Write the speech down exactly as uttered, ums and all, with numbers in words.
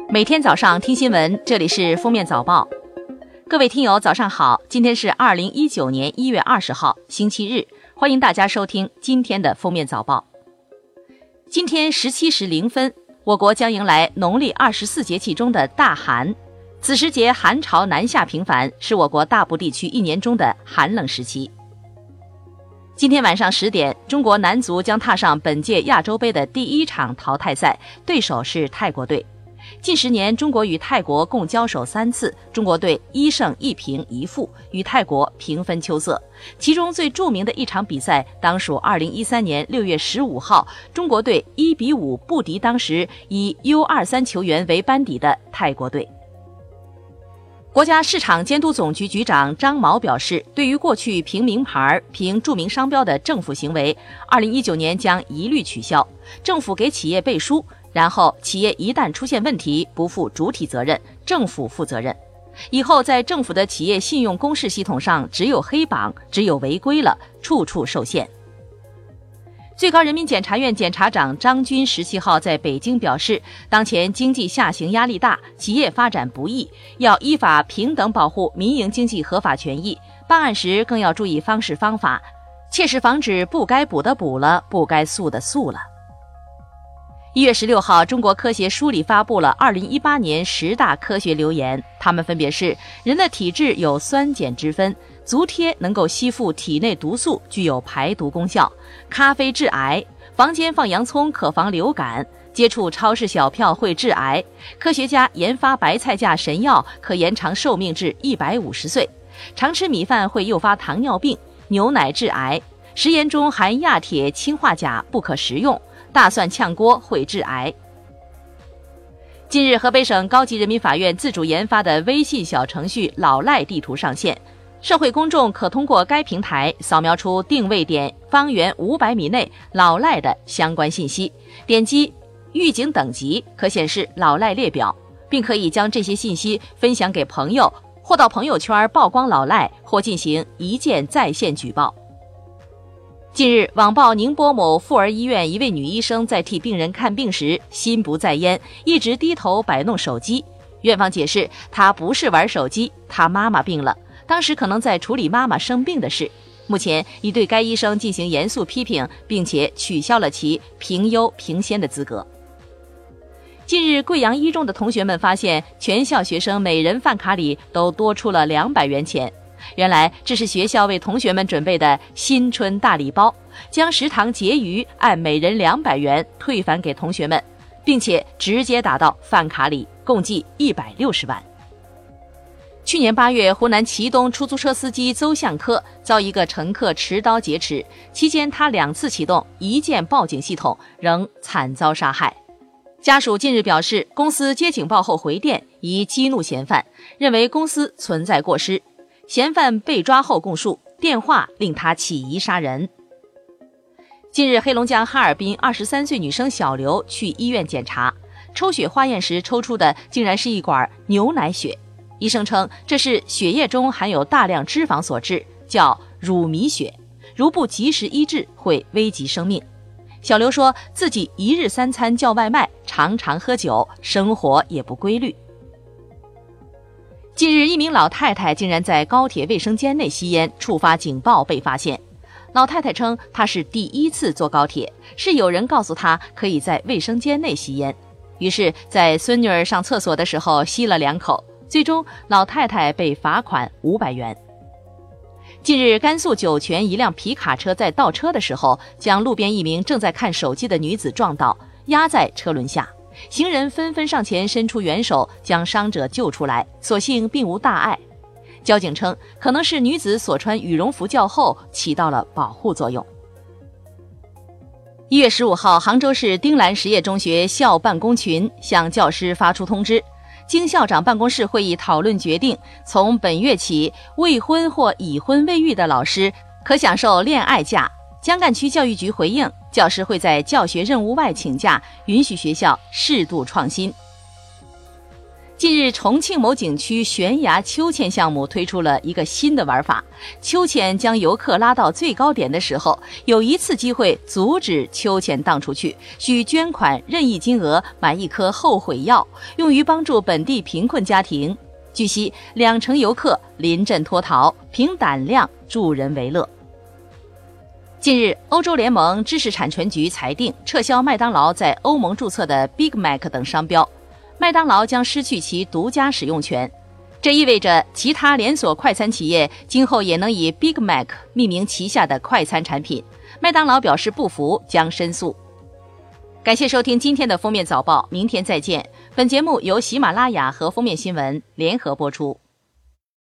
每天早上听新闻，这里是封面早报。各位听友早上好，今天是二零一九年一月二十号星期日，欢迎大家收听今天的封面早报。今天十七时零分，我国将迎来农历二十四节气中的大寒，此时节寒潮南下频繁，是我国大部地区一年中的寒冷时期。今天晚上十点，中国男足将踏上本届亚洲杯的第一场淘汰赛，对手是泰国队。近十年，中国与泰国共交手三次，中国队一胜一平一负，与泰国平分秋色。其中最著名的一场比赛，当属二零一三年六月十五号，中国队一比五不敌当时以 U 二十三 球员为班底的泰国队。国家市场监督总局局长张毛表示，对于过去凭名牌、凭著名商标的政府行为，二零一九年将一律取消。政府给企业背书，然后企业一旦出现问题，不负主体责任，政府负责任。以后在政府的企业信用公示系统上，只有黑榜，只有违规了，处处受限。最高人民检察院检察长张军十七号在北京表示，当前经济下行压力大，企业发展不易，要依法平等保护民营经济合法权益，办案时更要注意方式方法，切实防止不该补的补了，不该诉的诉了。一月十六号，中国科学书里发布了二零一八年十大科学流言，它们分别是：人的体质有酸碱之分，足贴能够吸附体内毒素，具有排毒功效；咖啡致癌，房间放洋葱可防流感；接触超市小票会致癌；科学家研发白菜价神药，可延长寿命至一百五十岁；常吃米饭会诱发糖尿病；牛奶致癌；食盐中含亚铁氰化钾，不可食用；大蒜炝锅会致癌。近日，河北省高级人民法院自主研发的微信小程序老赖地图上线，社会公众可通过该平台扫描出定位点方圆五百米内老赖的相关信息，点击预警等级可显示老赖列表，并可以将这些信息分享给朋友，或到朋友圈曝光老赖，或进行一键在线举报。近日，网曝宁波某妇儿医院一位女医生在替病人看病时心不在焉，一直低头摆弄手机。院方解释，她不是玩手机，她妈妈病了，当时可能在处理妈妈生病的事。目前已对该医生进行严肃批评，并且取消了其评优评先的资格。近日，贵阳一中的同学们发现，全校学生每人饭卡里都多出了两百元钱。原来这是学校为同学们准备的新春大礼包，将食堂结余按每人两百元退返给同学们，并且直接打到饭卡里，共计一百六十万。去年八月，湖南祁东出租车司机邹向科遭一个乘客持刀劫持，期间他两次启动一键报警系统，仍惨遭杀害。家属近日表示，公司接警报后回电，已激怒嫌犯，认为公司存在过失。嫌犯被抓后供述，电话令他起疑杀人。近日，黑龙江哈尔滨二十三岁女生小刘去医院检查，抽血化验时抽出的竟然是一管牛奶血。医生称这是血液中含有大量脂肪所致，叫乳糜血，如不及时医治会危及生命。小刘说自己一日三餐叫外卖，常常喝酒，生活也不规律。近日，一名老太太竟然在高铁卫生间内吸烟，触发警报被发现。老太太称她是第一次坐高铁，是有人告诉她可以在卫生间内吸烟，于是在孙女儿上厕所的时候吸了两口，最终老太太被罚款五百元。近日，甘肃酒泉一辆皮卡车在倒车的时候，将路边一名正在看手机的女子撞倒，压在车轮下。行人纷纷上前伸出援手，将伤者救出来，所幸并无大碍。交警称，可能是女子所穿羽绒服较厚，起到了保护作用。一月十五号，杭州市丁兰实业中学校办公群向教师发出通知，经校长办公室会议讨论决定，从本月起，未婚或已婚未育的老师可享受恋爱假。江干区教育局回应，教师会在教学任务外请假，允许学校适度创新。 近日，重庆某景区悬崖秋千项目推出了一个新的玩法，秋千将游客拉到最高点的时候，有一次机会阻止秋千荡出去，需捐款任意金额买一颗后悔药，用于帮助本地贫困家庭。据悉，两成游客临阵脱逃，凭胆量助人为乐。近日，欧洲联盟知识产权局裁定撤销麦当劳在欧盟注册的 Big Mac 等商标，麦当劳将失去其独家使用权。这意味着其他连锁快餐企业今后也能以 Big Mac 命名旗下的快餐产品。麦当劳表示不服，将申诉。感谢收听今天的封面早报，明天再见。本节目由喜马拉雅和封面新闻联合播出。